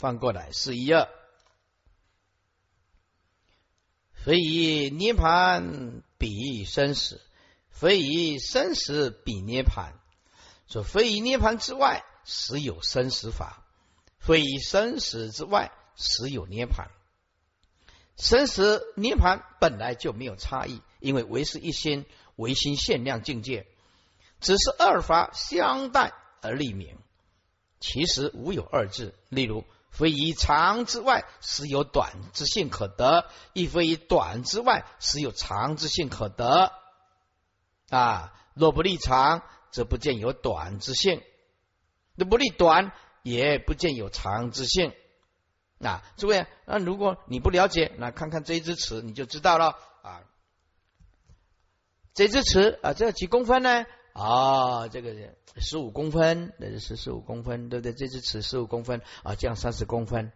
翻过来412。非以涅盘比生死，非以生死比涅盘。说非以涅盘之外，实有生死法；非以生死之外，实有涅盘。生死涅盘本来就没有差异，因为唯是一心，唯心限量境界，只是二法相待而立名，其实无有二致。例如，非以长之外，实有短之性可得；亦非以短之外，实有长之性可得。若不立长，则不见有短之性；若不立短，也不见有长之性。诸位，如果你不了解，那看看这一支尺你就知道了啊。这支尺这几公分呢？这个15公分，那是15公分，对不对？这支尺15公分这样30公分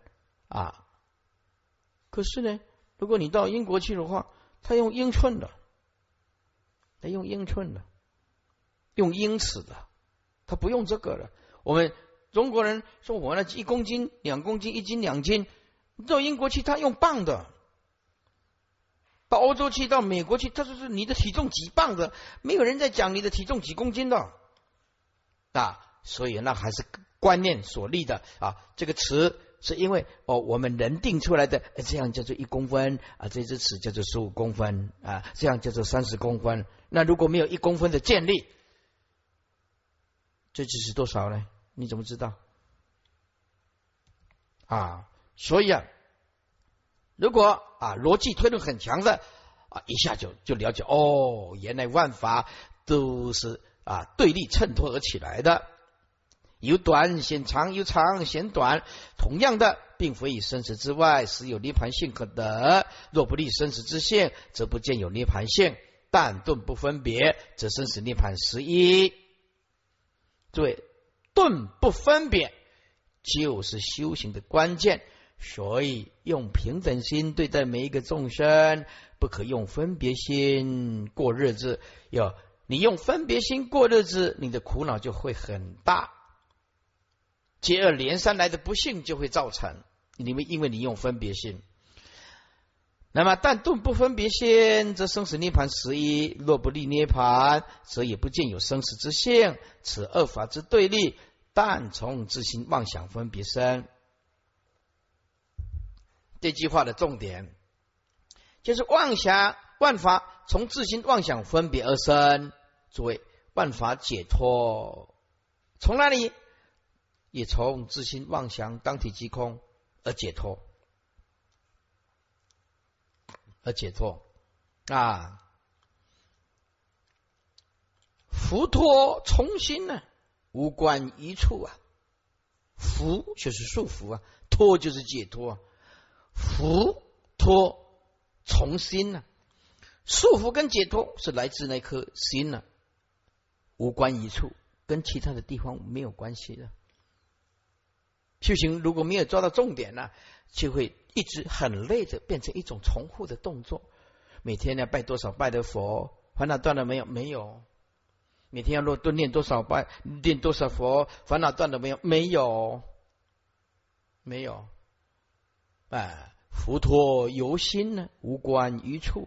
可是呢，如果你到英国去的话，他用英寸的，用英尺的，他不用这个了。我们中国人说我那1公斤、2公斤、1斤、2斤，到英国去他用磅的，到欧洲去、到美国去，他说是你的体重几磅的，没有人在讲你的体重几公斤的所以那还是观念所立的这个词是因为我们人定出来的，这样叫做1公分这支尺叫做15公分这样叫做30公分。那如果没有1公分的建立，这只是多少呢？你怎么知道所以如果逻辑推论很强的一下就了解原来万法都是对立衬托而起来的，由短显长，由长显短。同样的，并非以生死之外，实有涅盘性可得。若不立生死之性，则不见有涅盘性。但顿不分别，则生死涅盘实一。对，顿不分别就是修行的关键。所以用平等心对待每一个众生，不可用分别心过日子。你用分别心过日子，你的苦恼就会很大，接二连三来的不幸就会造成，因为你用分别心。那么但顿不分别心，则生死涅盘实一。若不立涅盘，则也不见有生死之性。此二法之对立，但从自心妄想分别生。这句话的重点就是妄想万法从自心妄想分别而生。诸位，万法解脱从哪里？也从自心妄想当体即空而解脱，浮脱从心无关一处浮就是束缚脱就是解脱浮脱从心束缚跟解脱是来自那颗心无关一处，跟其他的地方没有关系的。修行如果没有抓到重点就会一直很累的变成一种重复的动作。每天要拜多少拜的佛，烦恼断了没有？没有。每天要多念多少拜，念多少佛，烦恼断了没有？没有。浮脱由心无关于处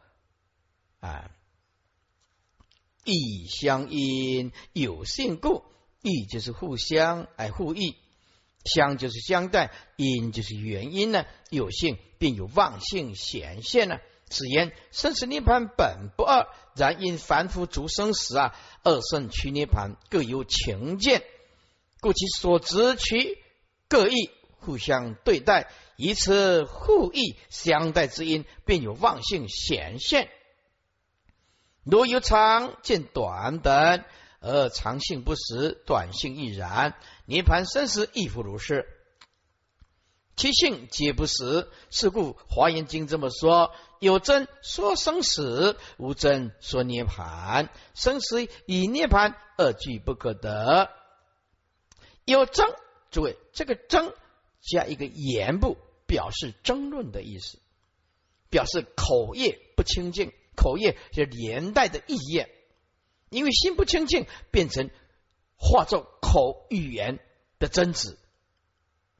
义相因，有性故。义就是互相互益，相就是相待，因就是原因有性便有妄性显现此言生死涅盘本不二，然因凡夫逐生死二圣趋涅盘各有情见，故其所执取各异，互相对待，以此互益相待之因，便有妄性显现。若有长见短等，而长性不实，短性亦然。涅盘生死亦复如是，其性皆不实。是故华严经这么说：有真说生死，无真说涅盘。生死与涅盘二句不可得。有争，诸位，这个争加一个言部，表示争论的意思，表示口业不清净。口业是连带的意业，因为心不清净，变成化作口语言的争执。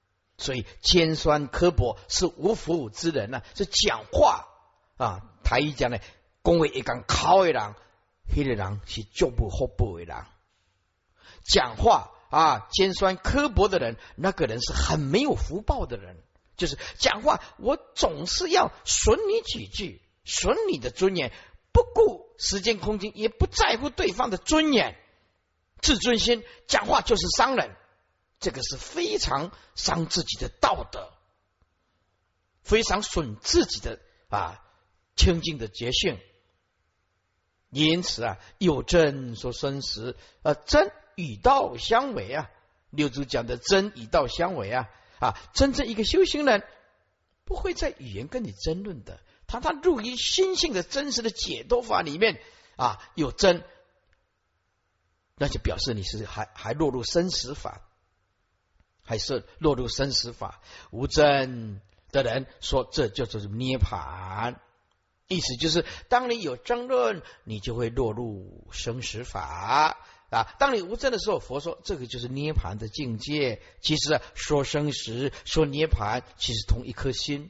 所以尖酸刻薄是无福之人呐、是讲话啊，台语讲的，讲话会讲口的人，那个人是足不福报的人。讲话啊尖酸刻薄的人，那个人是很没有福报的人。就是讲话，我总是要损你几句，损你的尊严，不顾时间空间，也不在乎对方的尊严、自尊心，讲话就是伤人。这个是非常伤自己的道德，非常损自己的清净的觉性。因此有真说生死，真与道相违啊。六祖讲的真与道相违真正一个修行人不会在语言跟你争论的，他入于心性的真实的解脱法里面有真，那就表示你是还落入生死法，还是落入生死法。无真的人说这就是涅槃，意思就是当你有争论，你就会落入生死法当你无真的时候，佛说这个就是涅槃的境界。其实说生死说涅槃其实同一颗心。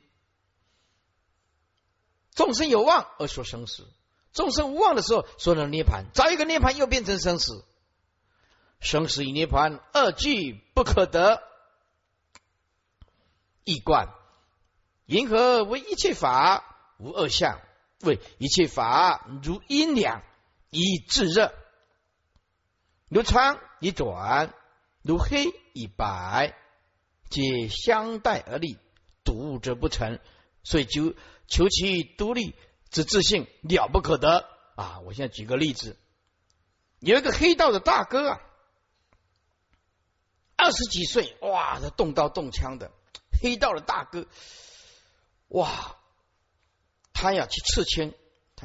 众生有望而说生死，众生无望的时候说了涅槃，找一个涅槃又变成生死。生死与涅槃二俱不可得。易观云何为一切法无二相？为一切法如阴凉，以炙热，如长以短，如黑以白，皆相待而立，独则不成。所以就求其独立之自性了不可得我现在举个例子，有一个黑道的大哥20几岁，哇，他动刀动枪的黑道的大哥，哇，他要去刺青，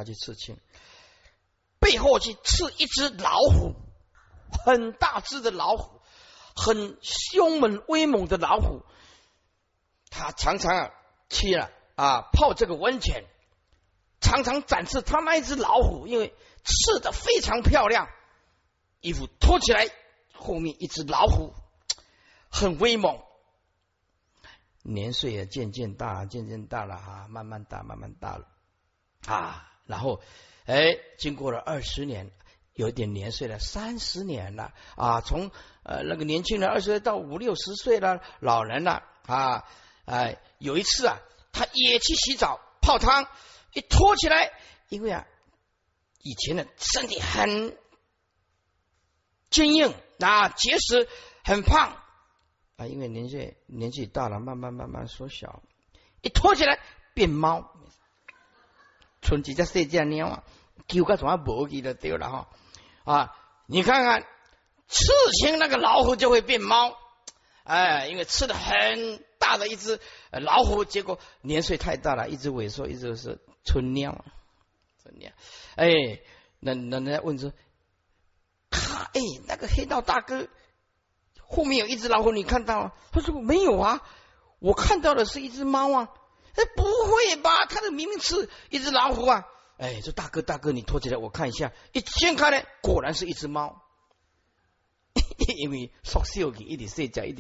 背后去刺一只老虎，很大只的老虎，很凶猛威猛的老虎。他常常去了泡这个温泉，常常展示他那一只老虎，因为刺得非常漂亮，衣服脱起来，后面一只老虎，很威猛。年岁也渐渐大了慢慢大了然后经过了20年，有点年岁了，30年了从那个年轻人20岁到50、60岁了，老人了有一次他也去洗澡泡汤，一脱起来，因为以前的身体很坚硬结实，很胖因为年纪大了，慢慢缩小，一脱起来变猫，春季在睡觉鸟丢个什么无去就对了你看看刺青那个老虎就会变猫，因为吃的很大的一只老虎，结果年岁太大了，一直萎缩，一直是春鸟。那人家问说那个黑道大哥后面有一只老虎，你看到吗？他说没有我看到的是一只猫不会吧，他的明明是一只老虎说大哥你拖起来我看一下，一掀开呢，果然是一只猫。因为缩小去一直睡觉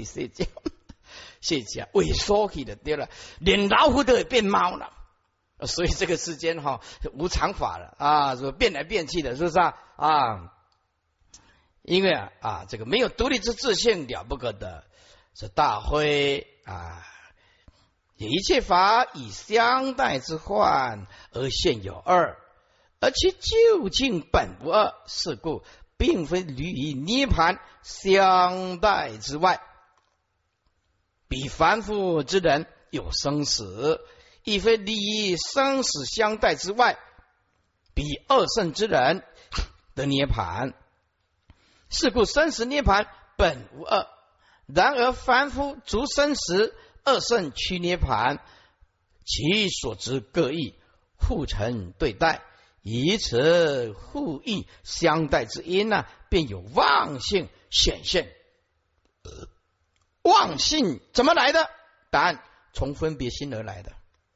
萎缩去的对了，连老虎都会变猫了。所以这个世间无常法了说变来变去的，是不是因为这个没有独立之自性了不可得。是大会一切法以相待之幻而现有二，而其究竟本无二，是故并非离于涅槃相待之外。彼凡夫之人有生死，亦非离于生死相待之外。彼二圣之人得涅槃，是故生死涅槃本无二。然而凡夫逐生死，二圣趋涅槃，其所知各异，互成对待，以此互异相待之因便有妄性显现。妄性怎么来的？答案从分别心而来的。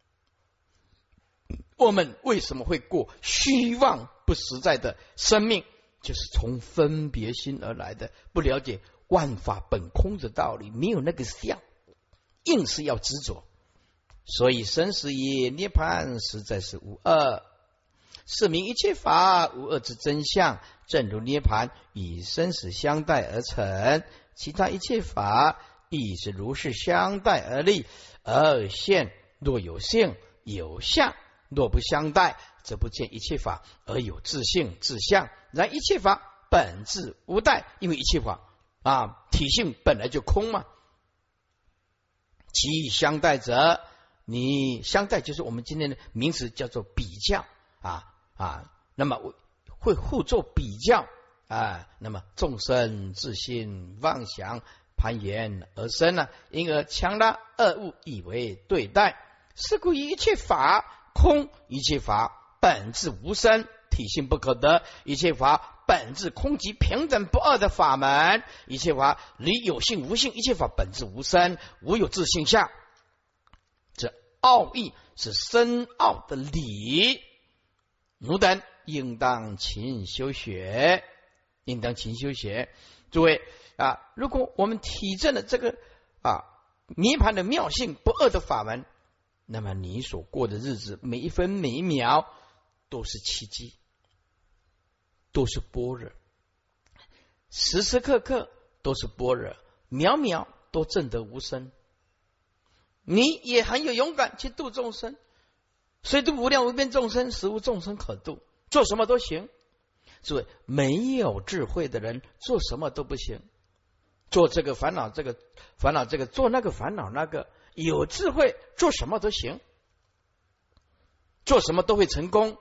我们为什么会过虚妄不实在的生命？就是从分别心而来的。不了解万法本空的道理，没有那个相， 硬是要执着。所以生死也，涅槃实在是无二，是名一切法无二之真相。正如涅槃以生死相待而成，其他一切法亦是如是相待而立而现。若有性有相，若不相待，则不见一切法而有自性自相。然一切法本质无待，因为一切法体性本来就空嘛。其相待者，你相待就是我们今天的名词叫做比较那么会互作比较那么众生自心妄想攀缘而生因而强拉二物以为对待。是故一切法空，一切法本质无生，体性不可得，一切法本质空即平等不二的法门。一切法离有性无性，一切法本质无生，无有自性相。这奥义是深奥的理，汝等应当勤修学，应当勤修学。诸位如果我们体证了这个涅槃的妙性不二的法门，那么你所过的日子，每一分每一秒都是奇迹，都是般若，时时刻刻都是般若，秒秒都证得无生。你也很有勇敢去度众生，虽度无量无边众生，实无众生可度，做什么都行。所以没有智慧的人做什么都不行，做这个烦恼这个烦恼这个，做那个烦恼那个。有智慧做什么都行，做什么都会成功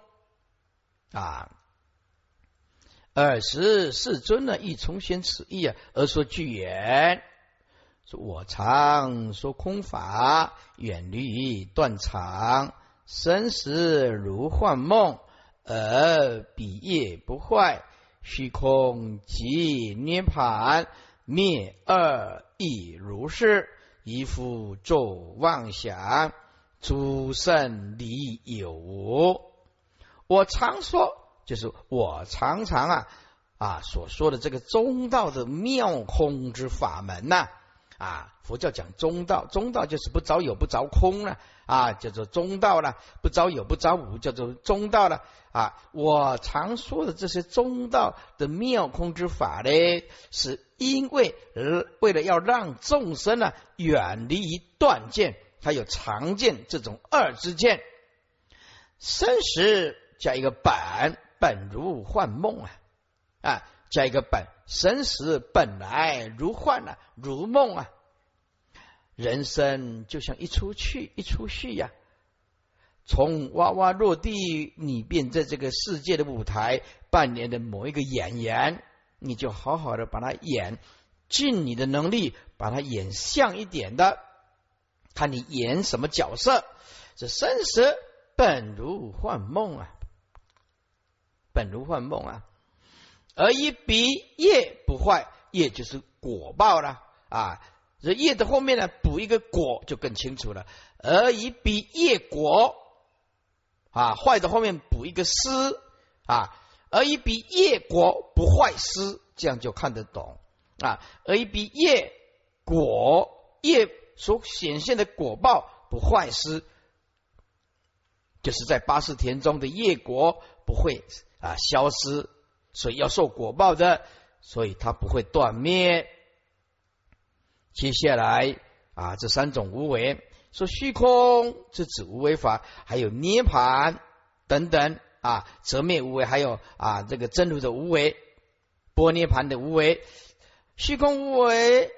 尔时世尊呢，亦重宣此意而说句言，说我常说空法，远离断常，生死如幻梦，而彼业不坏，虚空即涅槃，灭二亦如是。一复昼妄想，诸圣离有无。我常说，就是我常常所说的这个中道的妙空之法门佛教讲中道，中道就是不着有不着空了叫做中道了，不着有不着无叫做中道了我常说的这些中道的妙空之法呢，是因为为了要让众生远离于断见还有常见这种二之见。生死加一个本，本如幻梦加一个本，生死本来如幻如梦人生就像一出去一出戏从娃娃落地，你便在这个世界的舞台扮演的某一个演员，你就好好的把它演，尽你的能力把它演像一点的，看你演什么角色。这生死本如幻梦本如幻梦而以彼业不坏，业就是果报了这业的后面呢补一个果就更清楚了，而以彼业果坏的后面补一个失而以彼业果不坏失，这样就看得懂而以彼业果业所显现的果报不坏失，就是在八识田中的业果不会消失，所以要受果报的，所以它不会断灭。接下来这三种无为，说虚空是指无为法，还有涅槃等等则灭无为，还有这个真如的无为，般涅槃的无为，虚空无为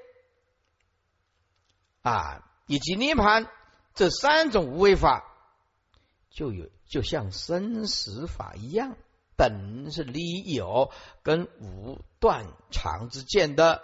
以及涅槃这三种无为法，就像生死法一样，本是离有跟无断常之见的。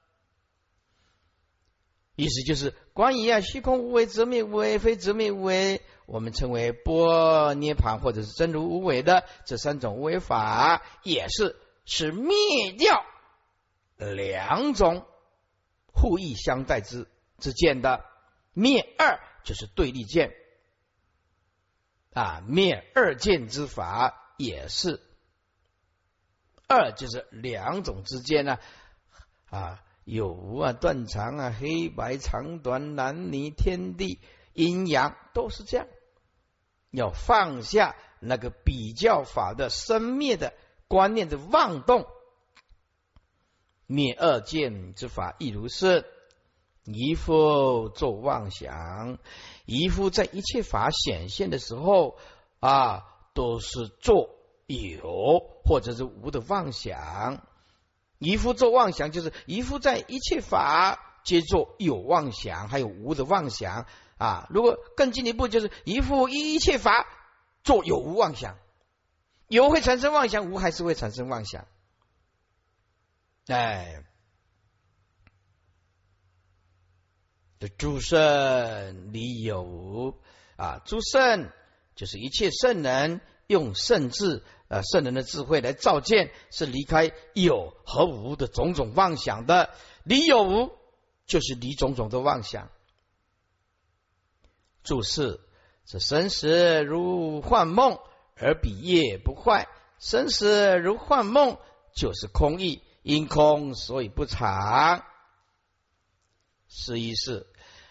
意思就是关于虚空无为、则灭无为、非则灭无为，我们称为般涅槃或者是真如无为的这三种无为法，也是灭掉两种互益相待之见的。灭二就是对立见灭二见之法也是二，就是两种之间有无啊、断常啊、黑白长短、男女天地、阴阳，都是这样。要放下那个比较法的生灭的观念的妄动，灭二见之法亦如是。一夫作妄想，一夫在一切法显现的时候都是做有或者是无的妄想。一夫做妄想，就是一夫在一切法皆做有妄想，还有无的妄想如果更进一步，就是一夫一切法做有无妄想，有会产生妄想，无还是会产生妄想。这诸圣离有无诸圣就是一切圣人用圣智圣人的智慧来照见，是离开有和无的种种妄想的。离有无就是离种种的妄想。注释：这生死如幻梦，而彼业不坏。生死如幻梦，就是空义，因空所以不常。11是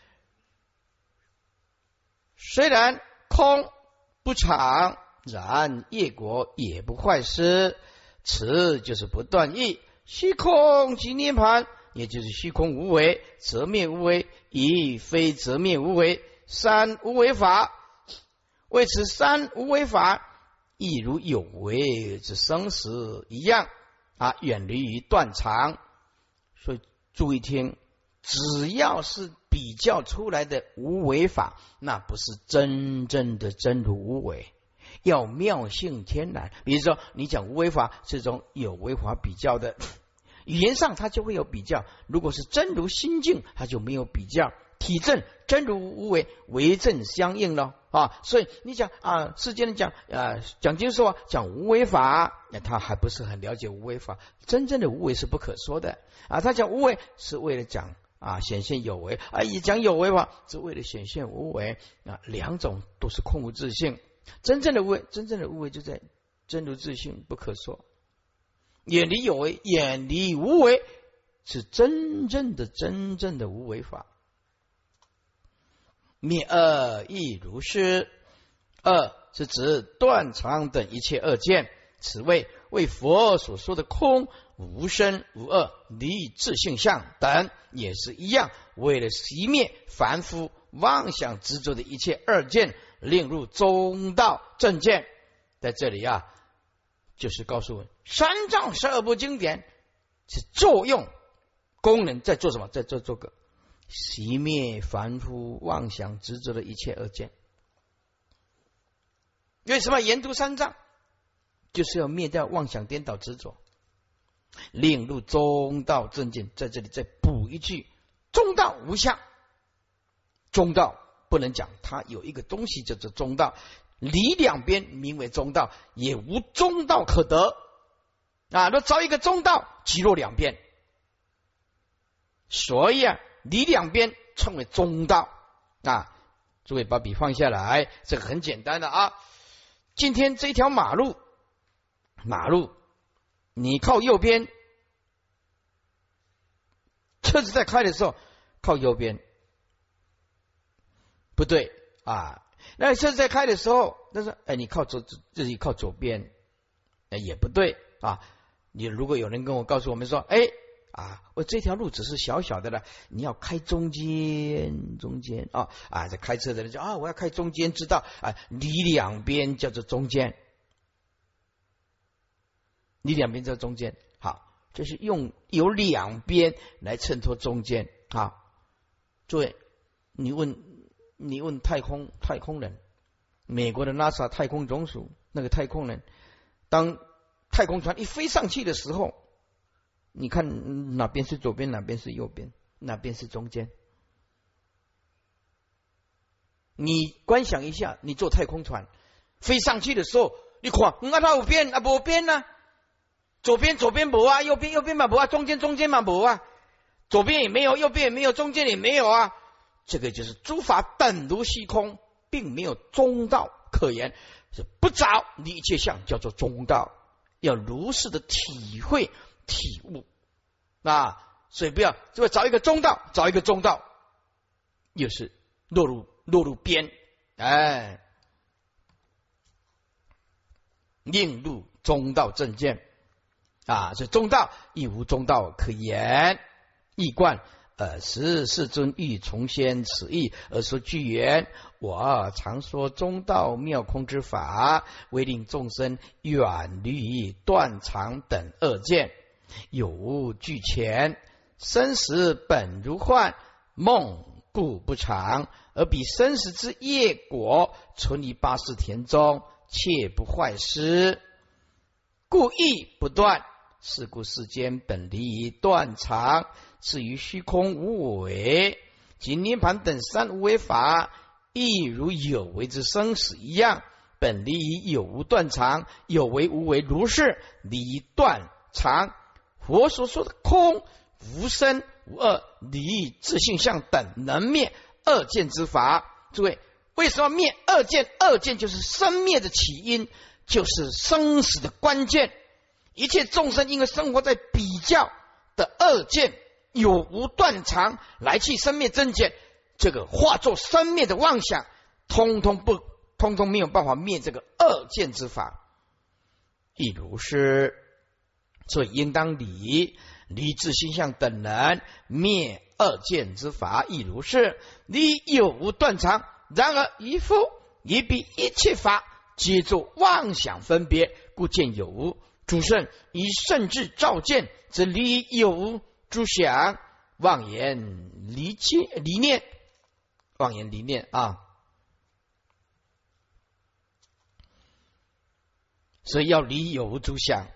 虽然空不常，然业果也不坏失。此就是不断义。虚空即涅槃，也就是虚空无为，则灭无为，亦非则灭无为。三无为法，为此三无为法亦如有为之生死一样远离于断常。所以注意听，只要是比较出来的无为法，那不是真正的真如无为，要妙性天然。比如说你讲无为法，这种有为法比较的语言上它就会有比较，如果是真如心境，它就没有比较。体证真如无为，为正相应了所以你讲世间人讲讲经说讲无为法，他还不是很了解无为法。真正的无为是不可说的他讲无为是为了讲显现有为也讲有为法是为了显现无为两种都是空无自性。真正的无为就在真如自性，不可说。远离有为，远离无为，是真正的无为法。灭二亦如是。二是指断常等一切二见，此为佛所说的空无生无二离自性相等，也是一样，为了熄灭凡夫妄想执着的一切二见，令入中道正见。在这里就是告诉我三藏12部经典是作用功能在做什么，在做这个熄灭凡夫妄想执着的一切二见。为什么研读三藏？就是要灭掉妄想颠倒执着，令入中道正见。在这里再补一句，中道无相。中道不能讲它有一个东西叫做中道，离两边名为中道，也无中道可得若找一个中道，即落两边。所以离两边称为中道诸位把笔放下来，这个很简单的今天这条马路你靠右边，车子在开的时候靠右边不对那车子在开的时候，但是你靠这里靠左边也不对你如果有人跟我告诉我们说我这条路只是小小的了，你要开中间这开车的人说我要开中间之道离两边叫做中间，离两边叫中间。好，这是用有两边来衬托中间。诸位，你问太空人，美国的 NASA 太空总署那个太空人，当太空船一飞上去的时候，你看哪边是左边，哪边是右边，哪边是中间？你观想一下，你坐太空船飞上去的时候，你看它有边没边左边没右边嘛没中间嘛没左边也没有，右边也没有，中间也没有这个就是诸法等如虚空，并没有中道可言，是不着离一切相，叫做中道。要如是的体会体悟所以不要就找一个中道，找一个中道，又是落入边，另入中道正见所以中道亦无中道可言。易观时世尊欲重宣此意，而说句言：我常说中道妙空之法，为令众生远离断常等恶见。有无俱全，生死本如幻，梦故不常，而彼生死之业果，存于八识田中，切不坏失，故亦不断。是故世间本离断常，至于虚空无为及涅盘等三无为法，亦如有为之生死一样，本离于有无断常，有为无为如是离断常。佛所说的空无生无二离自性相等能灭二见之法。诸位，为什么灭二见？二见就是生灭的起因，就是生死的关键。一切众生因为生活在比较的二见有无断常来去生灭真见，这个化作生灭的妄想，通通没有办法灭这个二见之法。亦如是，所以应当离自性相等人灭二见之法，亦如是离有无断常。然而一夫以彼一切法皆作妄想分别，故见有无。诸圣以圣智照见，则离有无诸想，妄言离念，妄言离念所以要离有无诸想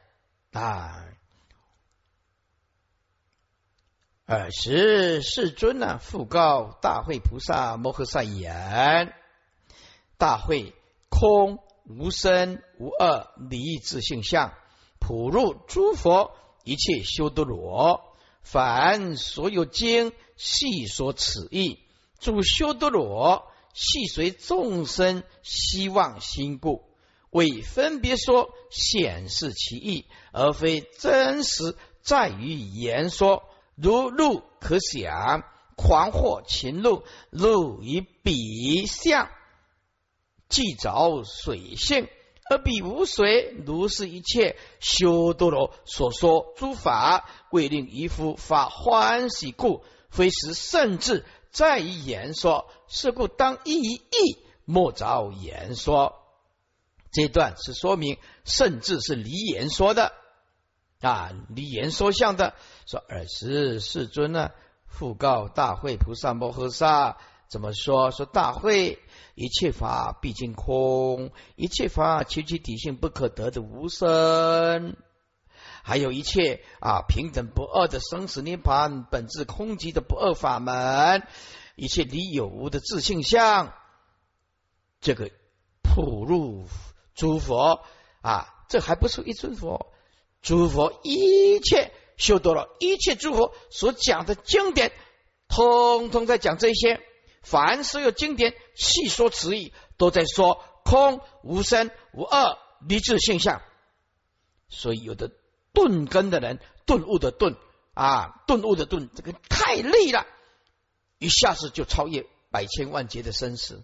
尔时世尊复告大会菩萨摩诃萨言：大会空无生无二离自性相，普入诸佛一切修多罗，凡所有经细说此意，诸修多罗细随众生希望心故，为分别说显示其意，而非真实在于言说。如鹿可想，狂惑禽鹿，鹿以彼相即着水性，而彼无水。如是一切修多罗所说诸法，为令渔夫发欢喜故，非实圣智在于言说。是故当依于义，莫着言说。这一段是说明圣智是离言说的离言说相的。说尔时世尊复告大会菩萨摩诃萨，怎么说？说大会一切法毕竟空，一切法其体性不可得的无生，还有一切平等不二的生死涅槃本质空寂的不二法门，一切离有无的自性相，这个普入诸佛这还不是一尊佛，诸佛一切修多罗一切诸佛所讲的经典，通通在讲这些。凡所有经典细说此意，都在说空无生无二离自性相。所以有的顿根的人，顿悟的顿顿悟的顿，这个太累了，一下子就超越百千万劫的生死。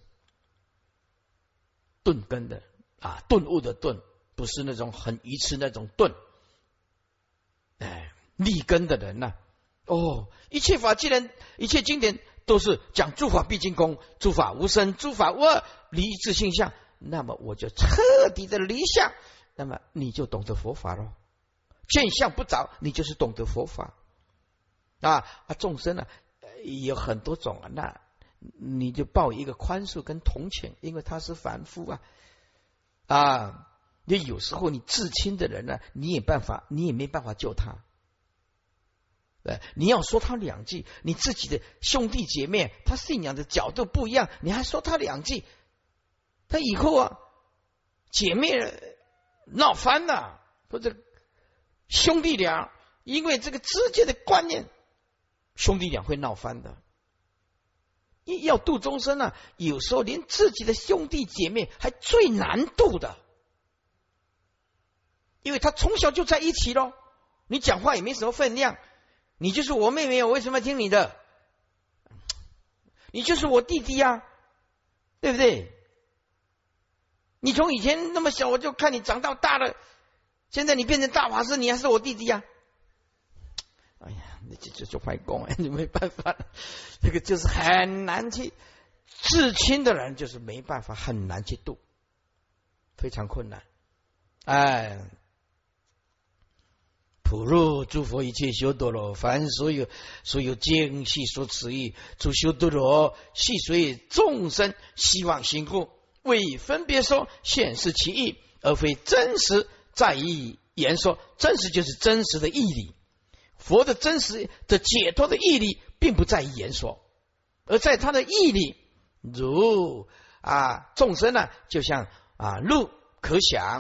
顿根的顿悟的顿，不是那种很愚痴那种顿。立根的人一切法既然一切经典都是讲诸法毕竟空，诸法无生，诸法无二，离自性相，那么我就彻底的离相，那么你就懂得佛法咯。见相不着，你就是懂得佛法众生有很多种那你就抱一个宽恕跟同情，因为他是凡夫你有时候你至亲的人你也没办法救他。你要说他两句，你自己的兄弟姐妹，他信仰的角度不一样，你还说他两句，他以后姐妹闹翻了，或者兄弟俩因为这个直接的观念，兄弟俩会闹翻的。要度众生有时候连自己的兄弟姐妹还最难度的，因为他从小就在一起咯，你讲话也没什么分量。 你就是我妹妹，我为什么要听你的？你就是我弟弟呀，对不对？你从以前那么小，我就看你长到大了，现在你变成大法师，你还是我弟弟呀。哎呀，这就坏功哎，你没办法了，这个就是很难去至亲的人，就是没办法，很难去度，非常困难。哎，普入诸佛一切修多罗，凡所有精细所持意，诸修多罗系随众生希望心故，为分别说显示其意，而非真实在意言说。真实就是真实的义理，佛的真实的解脱的义理，并不在于言说，而在他的义理。如众生呢，就像路可想，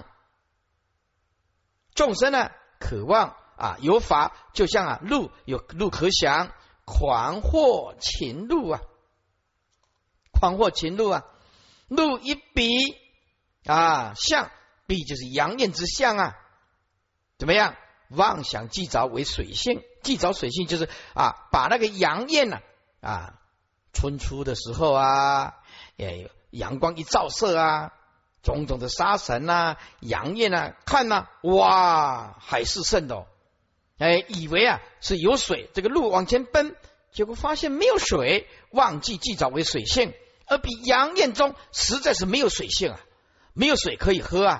众生呢渴望有法，就像路有路可想，狂惑情路狂惑情路路一笔相，笔就是阳焰之相怎么样？妄想既着为水性，既着水性就是把那个阳焰春初的时候阳光一照射种种的沙尘阳焰看哇，海市蜃楼，以为是有水，这个路往前奔，结果发现没有水，忘记既着为水性，而比阳焰中实在是没有水性没有水可以喝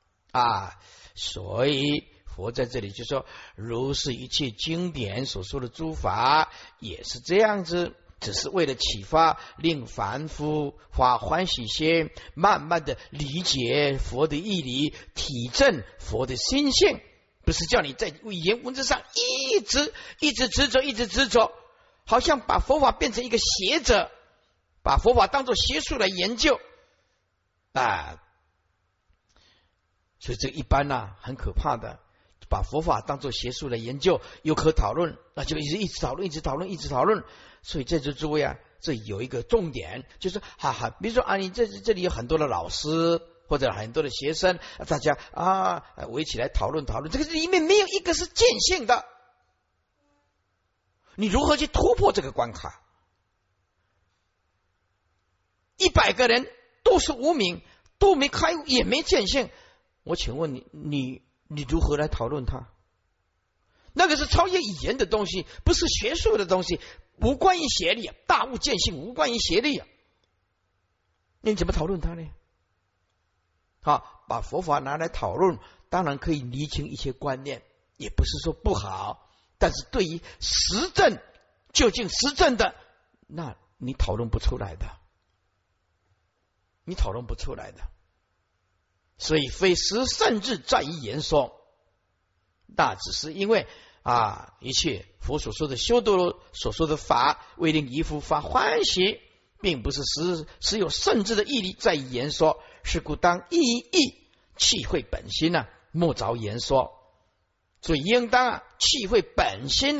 所以佛在这里就说，如是一切经典所说的诸法也是这样子，只是为了启发，令凡夫发欢喜心，慢慢的理解佛的义理，体证佛的心性，不是叫你在语言文字上一直执着，好像把佛法变成一个学者，把佛法当作学术来研究所以这一般很可怕的，把佛法当作学术来研究，又可讨论，那就一直讨论。所以在这诸位这有一个重点，就是比如说你这里有很多的老师或者很多的学生，大家围起来讨论，这个里面没有一个是见性的，你如何去突破这个关卡？100个人都是无明，都没开悟，也没见性，我请问你如何来讨论它？那个是超越语言的东西，不是学术的东西，无关于学历大悟见性无关于学历你怎么讨论它呢？把佛法拿来讨论，当然可以厘清一些观念，也不是说不好，但是对于实证，究竟实证的，那你讨论不出来的，所以非实甚至在于言说，那只是因为一切佛所说的修多罗所说的法，为令一夫发欢喜，并不是实有甚至的义理在于言说，是故当意气会本心莫着言说。所以应当气会本心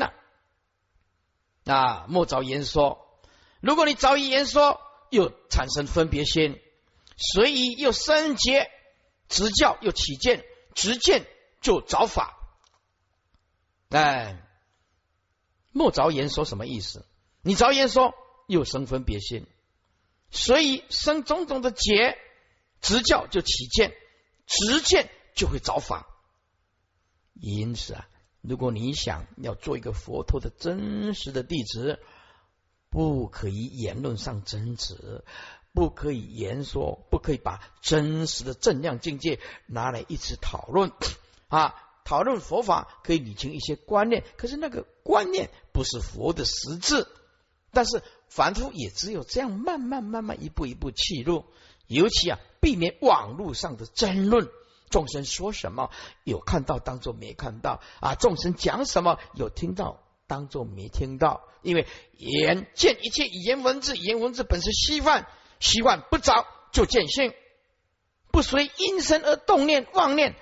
莫着言说。如果你着于言说，又产生分别心，随意又生结，执教又起见，执见就着法。莫着言说什么意思？你着言说又生分别心，所以生种种的结，执教就起见，执见就会着法。因此如果你想要做一个佛陀的真实的弟子，不可以言论上争执，不可以言说，不可以把真实的正量境界拿来一直讨论讨论佛法可以理清一些观念，可是那个观念不是佛的实质，但是凡夫也只有这样慢慢一步一步契入，尤其避免网络上的争论，众生说什么有看到当作没看到众生讲什么有听到当作没听到，因为见一切语言文字本是虚幻不着就见性，不随因身而动念妄念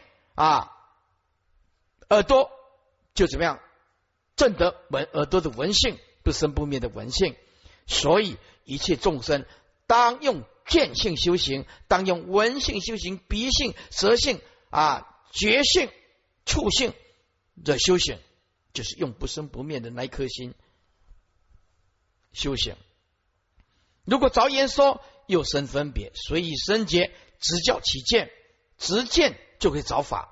耳朵就怎么样证得耳朵的闻性，不生不灭的闻性。所以一切众生当用见性修行，当用闻性修行，鼻性舌性觉性触性的修行， 就是用不生不灭的那一颗心修行。如果着言说又生分别，随以生结，直教起见，直见就可以着法。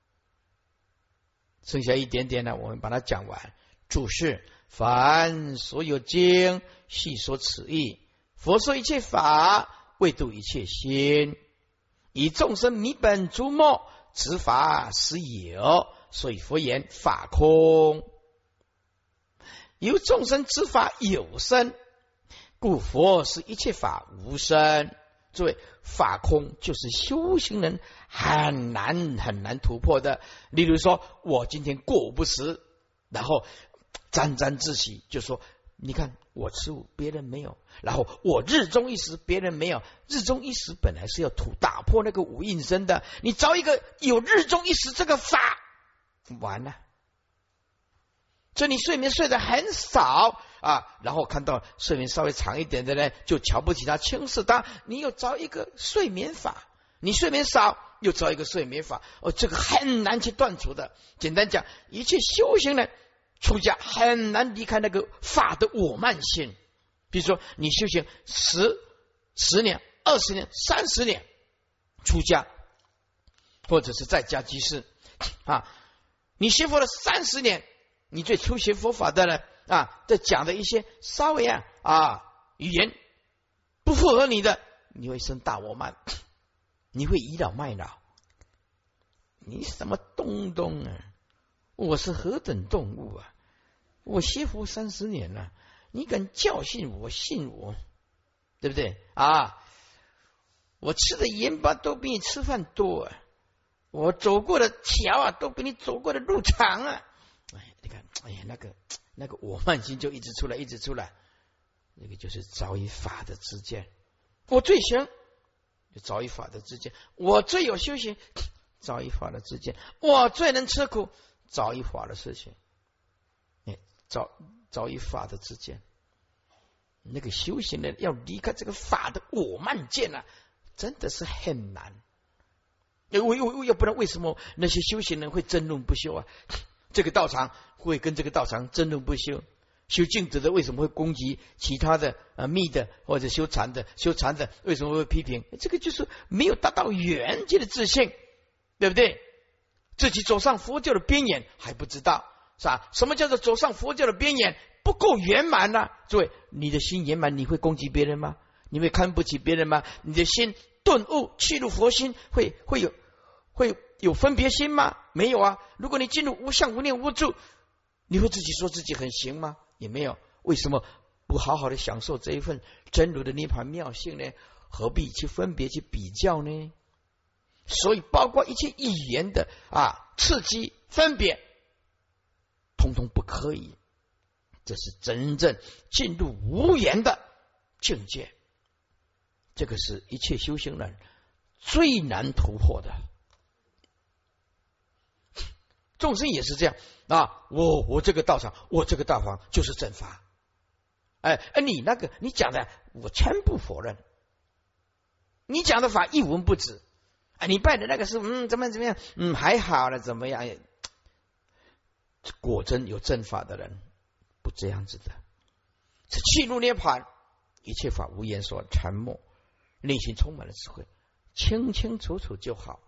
剩下一点点呢，我们把它讲完。注释：凡所有经，细说此意。佛说一切法，为度一切心，以众生迷本诸末，执法实有。所以佛言法空，由众生知法有生，故佛是一切法无生。诸位，法空就是修行人很难突破的。例如说，我今天过午不食，然后沾沾自喜，就说你看我吃午，别人没有，然后我日中一时，别人没有。日中一时本来是要打破那个无应身的，你找一个有日中一时这个法，完了。所以你睡眠睡得很少啊，然后看到睡眠稍微长一点的呢，就瞧不起他，轻视他。你又找一个睡眠法，你睡眠少又找一个睡眠法，这个很难去断除的。简单讲，一切修行人出家很难离开那个法的我慢性。比如说你修行10年、20年、30年出家，或者是在家居士啊，你学佛了30年。你对初学佛法的人啊，在讲的一些稍微语言不符合你的，你会生大我慢，你会倚老卖老。你什么东东啊？我是何等动物啊？我学佛30年了，你敢教训我，信我，对不对啊？我吃的盐巴都比你吃饭多啊，我走过的桥啊，都比你走过的路长啊。你看，那个我慢心就一直出来，那个就是着于法的知见。我最行，就着于法的知见；我最有修行，着于法的知见；我最能吃苦，着于法的事情。着于法的知见。那个修行人要离开这个法的我慢见啊，真的是很难。要不然为什么那些修行人会争论不休啊？这个道场会跟这个道场争论不休，修净土的为什么会攻击其他的密的或者修禅的为什么会批评？这个就是没有达到圆界的自信，对不对？自己走上佛教的边缘还不知道，是吧？什么叫做走上佛教的边缘？不够圆满呢？诸位，你的心圆满，你会攻击别人吗？你会看不起别人吗？你的心顿悟去入佛心，会有分别心吗？没有啊。如果你进入无相无念无住，你会自己说自己很行吗？也没有。为什么不好好的享受这一份真如的涅槃妙性呢？何必去分别去比较呢？所以包括一切语言的刺激分别，通通不可以。这是真正进入无言的境界，这个是一切修行人最难突破的。众生也是这样我这个道场，我这个道法就是正法。你那个你讲的我全部否认，你讲的法一文不值。你拜的那个是怎么样还好了，怎么样？果真有正法的人不这样子的，是契入涅槃，一切法无言说沉默，内心充满了智慧，清清楚楚就好。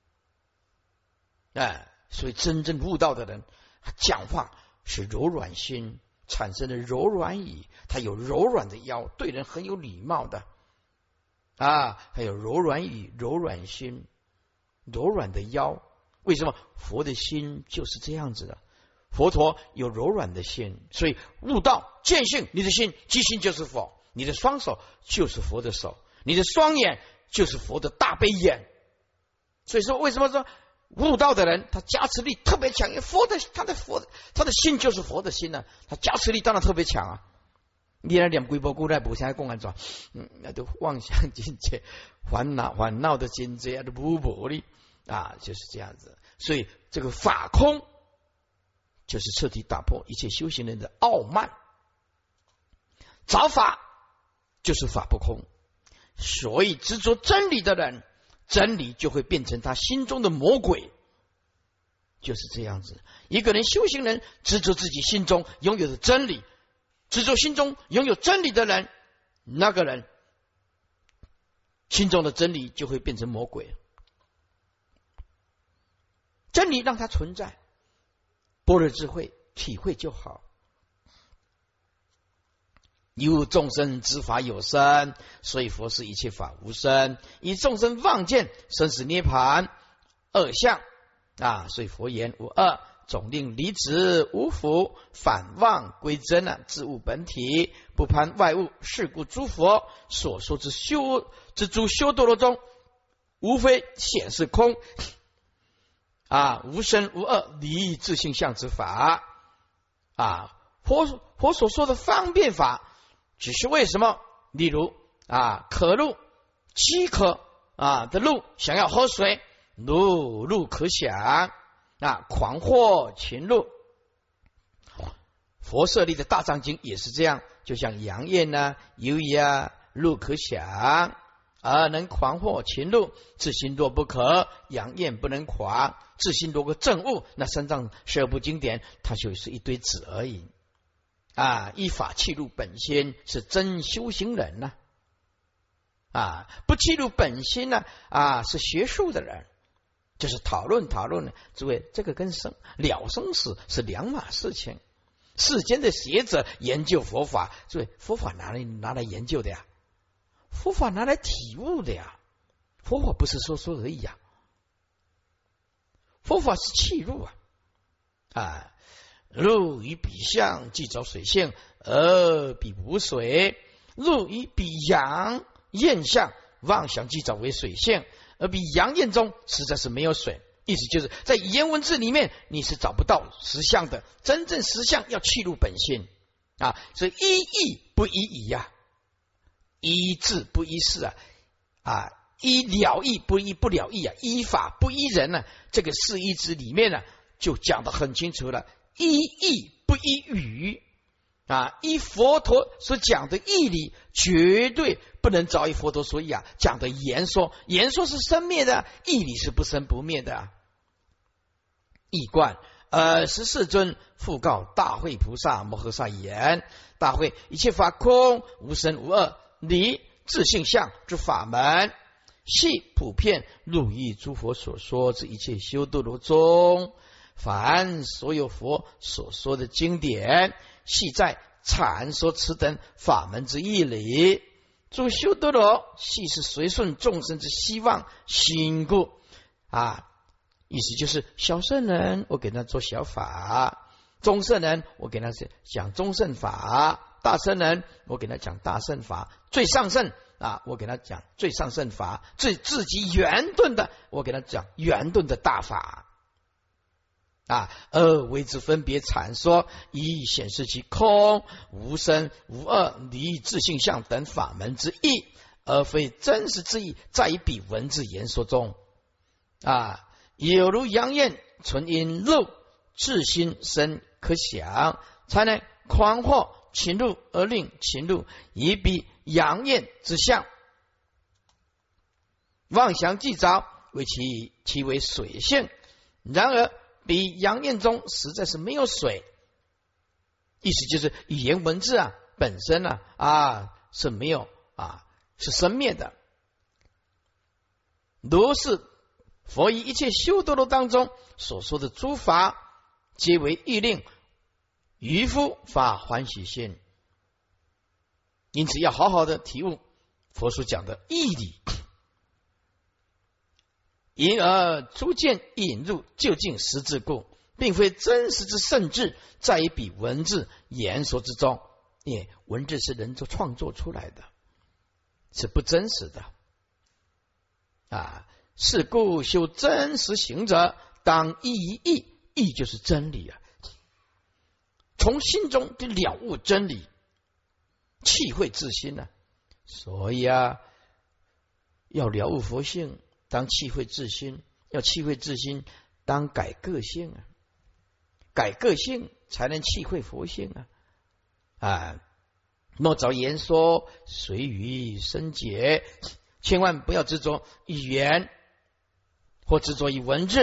所以真正悟道的人，他讲话是柔软心产生的柔软语，他有柔软的腰，对人很有礼貌的还有柔软语、柔软心、柔软的腰。为什么？佛的心就是这样子的，佛陀有柔软的心，所以悟道见性，你的心即心就是佛，你的双手就是佛的手，你的双眼就是佛的大悲眼。所以说，为什么说悟道的人他加持力特别强？因为他的心就是佛的心他加持力当然特别强你来念几部古来无啥讲安怎那都妄想境界，烦恼的境界都无力就是这样子。所以这个法空就是彻底打破一切修行人的傲慢，找法就是法不空。所以执着真理的人，真理就会变成他心中的魔鬼。 就是这样子。一个人修行人执着自己心中拥有的真理，执着心中拥有真理的人，那个人心中的真理就会变成魔鬼。真理让它存在，般若智慧体会就好。由众生知法有生，所以佛是一切法无生。以众生妄见生死涅盘二相所以佛言无二，总令离执无福，反妄归真自悟本体，不攀外物。是故诸佛所说之诸修多罗中，无非显示空无生无二，离自性相之法佛所说的方便法，只是为什么？例如可入饥渴的鹿想要喝水，鹿可想狂惑禽鹿。佛舍利的大藏经也是这样，就像阳焰游夷鹿可想，而能狂惑禽鹿。自心若不可，阳焰不能狂。自心若个正悟，那三藏十二部经典它就是一堆纸而已依法契入本心，是真修行人不契入本心是学术的人，就是讨论。诸位，这个跟了生死是两码事情。世间的学者研究佛法，诸位，佛法拿来研究的呀，佛法拿来体悟的呀，佛法不是说而已佛法是契入入于彼相，即着水性，而彼无水；入于彼阳焰相，妄想即着为水性，而彼阳焰中实在是没有水。意思就是在语言文字里面你是找不到实相的，真正实相要契入本心所以依义不依义依智不依事依了义不依不了义依法不依人这个四依之里面就讲得很清楚了。依义不依语依佛陀所讲的义理，绝对不能照依佛陀所讲的言说。言说是生灭的，义理是不生不灭的义观14尊复告大会菩萨摩诃萨言：大会，一切法空，无生无二，离自性相之法门，系普遍入于诸佛所说之一切修多罗中。凡所有佛所说的经典，系在阐说此等法门之义理。诸修多罗系是随顺众生之希望心故意思就是小圣人我给他做小法，中圣人我给他讲中圣法，大圣人我给他讲大圣法，最上圣我给他讲最上圣法，最至极圆顿的我给他讲圆顿的大法而为之分别阐说，以显示其空无生无二离自性相等法门之意，而非真实之意在于彼文字言说中有如阳焰存因肉，自心生可想，才能狂惑禽鹿，而令禽鹿以彼阳焰之相妄想既着，为其为水性。然而彼阳焰中实在是没有水，意思就是语言文字本身是没有是生灭的。如是佛以一切修多罗当中所说的诸法，皆为欲令渔夫发欢喜心。因此要好好的体悟佛所讲的义理，因而逐渐引入究竟实质故，并非真实之圣智在于彼文字言说之中。文字是人创作出来的，是不真实的是故修真实行者，当依于义，义就是真理从心中就了悟真理，契会自心所以要了悟佛性，当契会自心，要契会自心，当改个性改个性才能契会佛性莫着言说随于深解，千万不要执着语言或执着于文字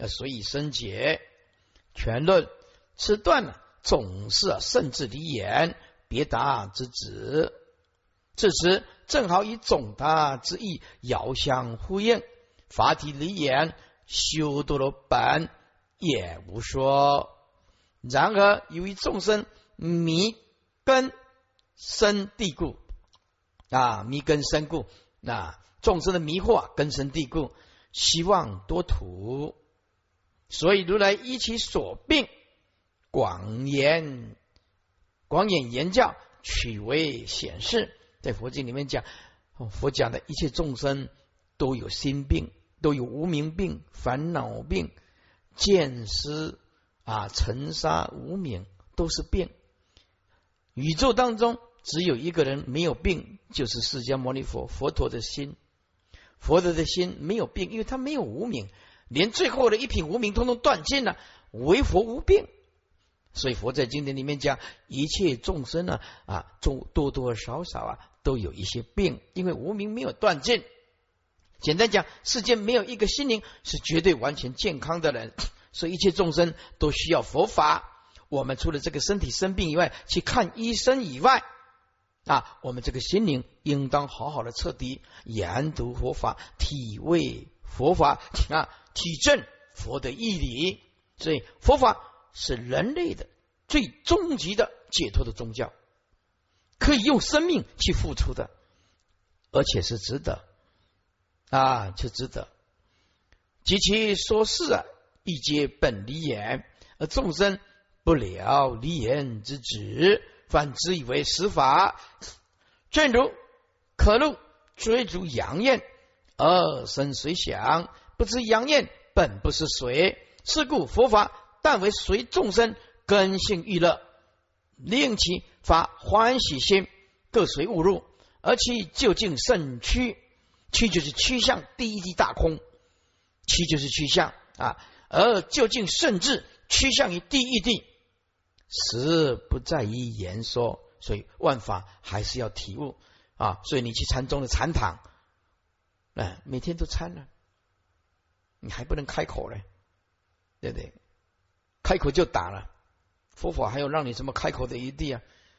所以生解。全论此段呢，总是甚至离言，别答之旨。至此正好以总答之意遥相呼应，法体离言，修多罗本也无说。然而由于众生迷根深蒂固迷根深固，众生的迷惑根深蒂固，希望多图，所以如来依其所病，广演言教，取为显示。在佛经里面讲，佛讲的一切众生都有心病，都有无明病、烦恼病、见思尘沙无明，都是病。宇宙当中只有一个人没有病，就是释迦牟尼佛，佛陀的心。佛陀的心没有病，因为他没有无明，连最后的一品无明通通断尽了，唯佛无病。所以佛在经典里面讲，一切众生多多少少都有一些病，因为无明没有断尽。简单讲，世间没有一个心灵是绝对完全健康的人，所以一切众生都需要佛法。我们除了这个身体生病以外，去看医生以外，我们这个心灵应当好好的彻底研读佛法，体味佛法体证佛的义理。所以佛法是人类的最终极的解脱的宗教，可以用生命去付出的，而且是值得就值得。及其说事亦皆本离言，而众生不了离言之旨，反之以为实法。正如可怒追逐阳焰，而生水响，不知阳焰本不是水，是故佛法但为随众生根性欲乐，令其发欢喜心，各随误入，而其究竟甚趋。趋就是趋向第一地大空，趋就是趋向而究竟甚至趋向于第一地，实不在于言说。所以万法还是要体悟所以你去禅宗的禅堂每天都参了，你还不能开口嘞，对不对？开口就打了，佛法还有让你什么开口的余地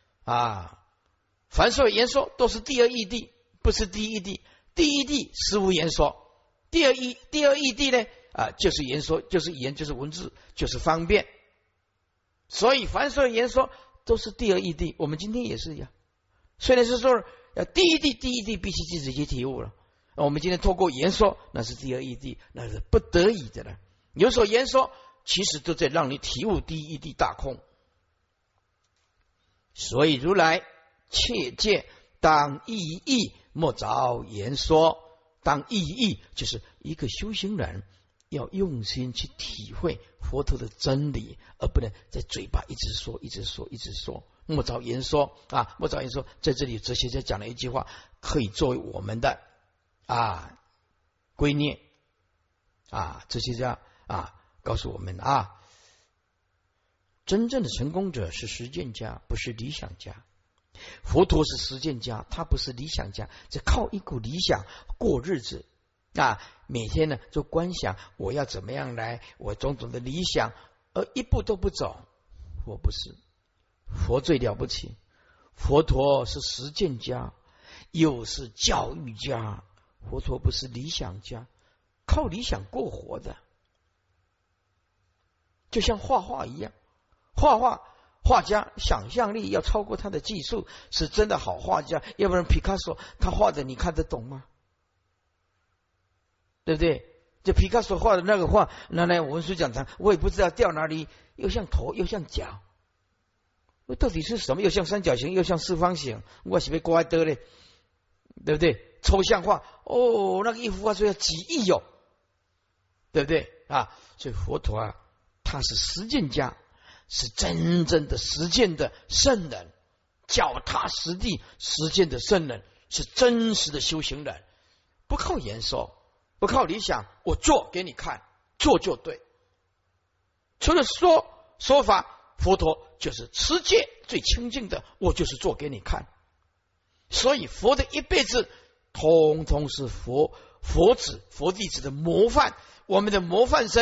凡所有言说都是第二义谛，不是第一义谛。第一谛实无言说，第二义谛呢就是言说，就是言，就是文字，就是方便。所以凡所有言说都是第二义谛。我们今天也是一样，虽然是说第一谛必须自己去体悟了。我们今天透过言说，那是第二义谛，那是不得已的了。有所言说，其实都在让你体悟第一义谛大空。所以如来切戒当意义，莫着言说。当意义就是一个修行人要用心去体会佛陀的真理，而不能在嘴巴一直说一直说。莫着言说莫着言说，在这里哲学家讲了一句话，可以作为我们的归念哲学家告诉我们真正的成功者是实践家，不是理想家。佛陀是实践家，他不是理想家，只靠一股理想过日子每天呢就观想我要怎么样来，我种种的理想，而一步都不走。佛不是，佛最了不起，佛陀是实践家，又是教育家。佛陀不是理想家，靠理想过活的，就像画画一样，画家想象力要超过他的技术，是真的好画家，要不然皮卡索他画的你看得懂吗？对不对？这皮卡索画的那个画拿来文殊讲堂，我也不知道掉哪里，又像头又像脚，到底是什么？又像三角形又像四方形，我是被怪得嘞，对不对？抽象画那个一幅画就要几亿对不对所以佛陀他是实践家，是真正的实践的圣人，脚踏实地实践的圣人，是真实的修行人，不靠言说，不靠理想，我做给你看，做就对。除了说法，佛陀就是持戒最清净的，我就是做给你看。所以佛的一辈子通通是佛子佛弟子的模范，我们的模范生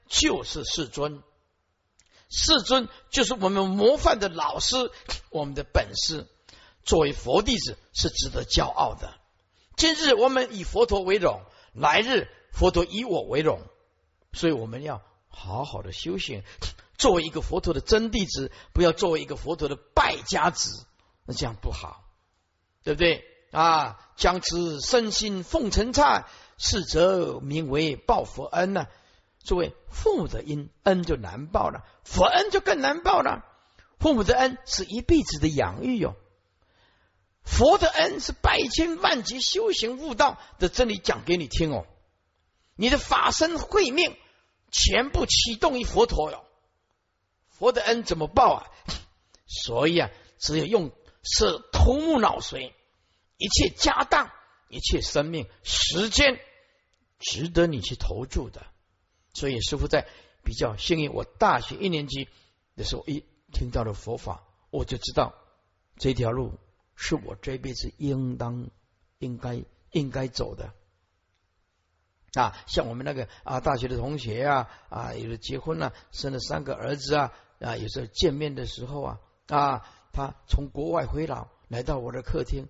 就是世尊。世尊就是我们模范的老师，我们的本师。作为佛弟子是值得骄傲的。今日我们以佛陀为荣，来日佛陀以我为荣。所以我们要好好的修行，作为一个佛陀的真弟子，不要作为一个佛陀的败家子，那这样不好，对不对啊？将此身心奉承忏，是则名为报佛恩呢。作为父母的恩就难报了，佛恩就更难报了。父母的恩是一辈子的养育哦，佛的恩是百千万劫修行悟道的真理讲给你听哦。你的法身慧命全部启动于佛陀哟，佛的恩怎么报啊？所以啊，只有用舍头目脑髓，一切家当，一切生命时间，值得你去投注的。所以师父在比较幸运，我大学1年级的时候，一听到了佛法，我就知道这条路是我这辈子应该走的啊。像我们那个大学的同学有的结婚了，生了3个儿子有时候见面的时候他从国外回来到我的客厅，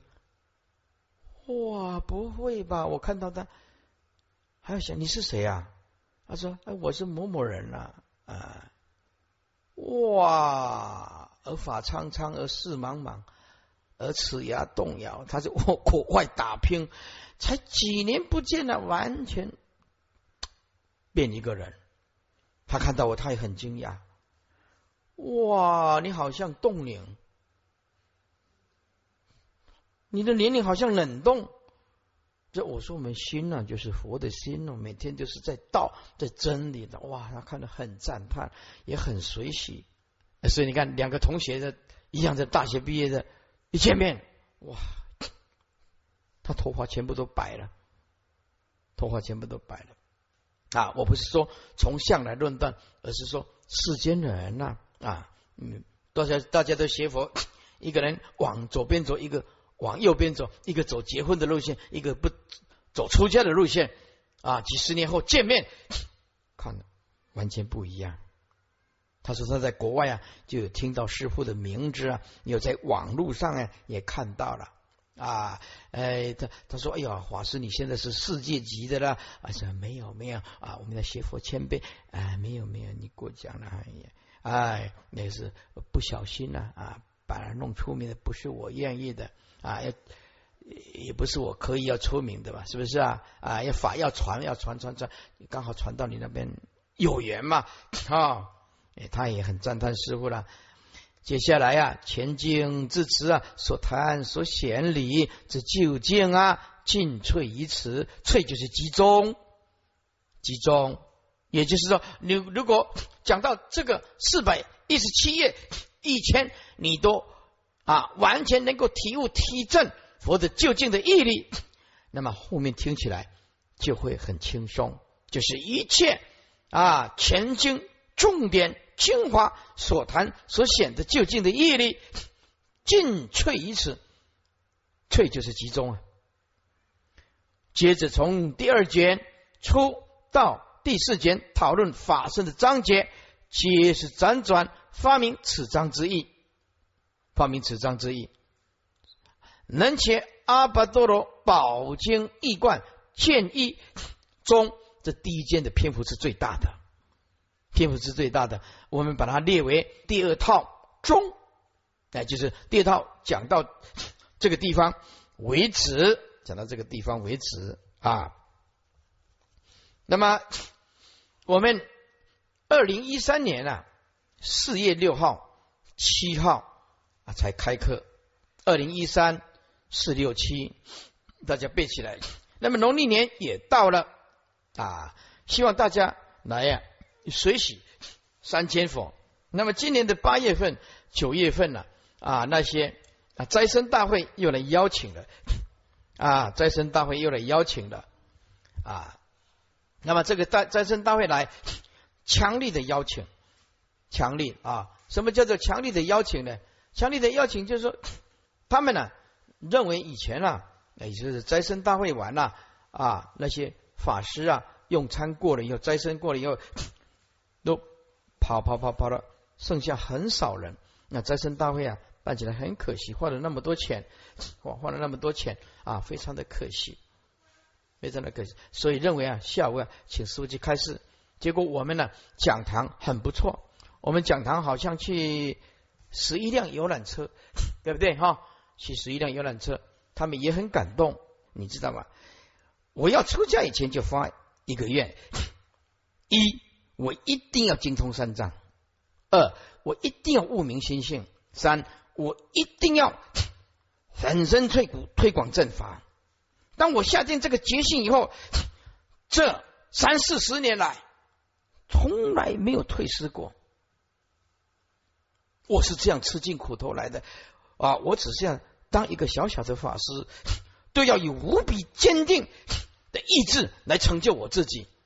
哇，不会吧？我看到他还要想你是谁啊？他说我是某某人哇，而发苍苍，而世茫茫，而齿牙动摇。他是国外打拼，才几年不见了，完全变一个人。他看到我，他也很惊讶。哇，你好像冻龄，你的年龄好像冷冻。这我说我们心就是佛的心每天就是在道，在真理的。哇，他看得很赞叹，也很随喜。所以你看，2个同学的一样，在大学毕业的，一见面，哇，他头发全部都白了，我不是说从相来论断，而是说世间人大家都学佛，一个人往左边走，一个往右边走，一个走结婚的路线，一个不走出家的路线几十年后见面，看完全不一样。他说他在国外就有听到师父的名字有在网络上也看到了他说哎呀，法师你现在是世界级的了说没有我们在学佛谦卑没有你过奖了那是不小心把它弄出名的，不是我愿意的也不是我刻意要出名的吧，是不是要传，刚好传到你那边有缘嘛他也很赞叹师父了。接下来前经至此所谈所显理这究竟尽萃于此，萃就是集中，也就是说你如果讲到这个417页1000，你都完全能够体悟体证佛的究竟的义理，那么后面听起来就会很轻松，就是一切全经重点精华所谈所显的究竟的义理，尽萃于此，萃就是集中接着从第2卷初到第4卷讨论法身的章节，皆是辗转发明此章之意，能且阿跋多罗宝经义观见义中，这第1卷的篇幅是最大的，我们把它列为第2套中，就是第2套讲到这个地方为止，那么我们2013年4月6号、7号才开课，2013、4、6、7，大家背起来。那么农历年也到了希望大家来随喜3000佛。那么今年的8月份、9月份那些斋僧大会又来邀请了那么这个斋僧大会来强力的邀请，什么叫做强力的邀请呢？强力的邀请就是说，他们认为以前也就是斋僧大会完那些法师用餐过了以后，斋僧过了以后， 都跑了，剩下很少人。那斋生大会啊，办起来很可惜，花了那么多钱，啊，非常的可惜，非常的可惜。所以认为啊，下午啊，请师父去开示。结果我们呢，讲堂很不错，我们讲堂好像去11辆游览车，对不对哈？去11辆游览车，他们也很感动，你知道吗？我要出家以前就发一个愿：一，我一定要精通三藏；二，我一定要悟明心性；三，我一定要粉身碎骨推广正法。当我下定这个决心以后，这30-40年来从来没有退失过。我是这样吃尽苦头来的啊！我只是要当一个小小的法师，都要以无比坚定的意志来成就我自己。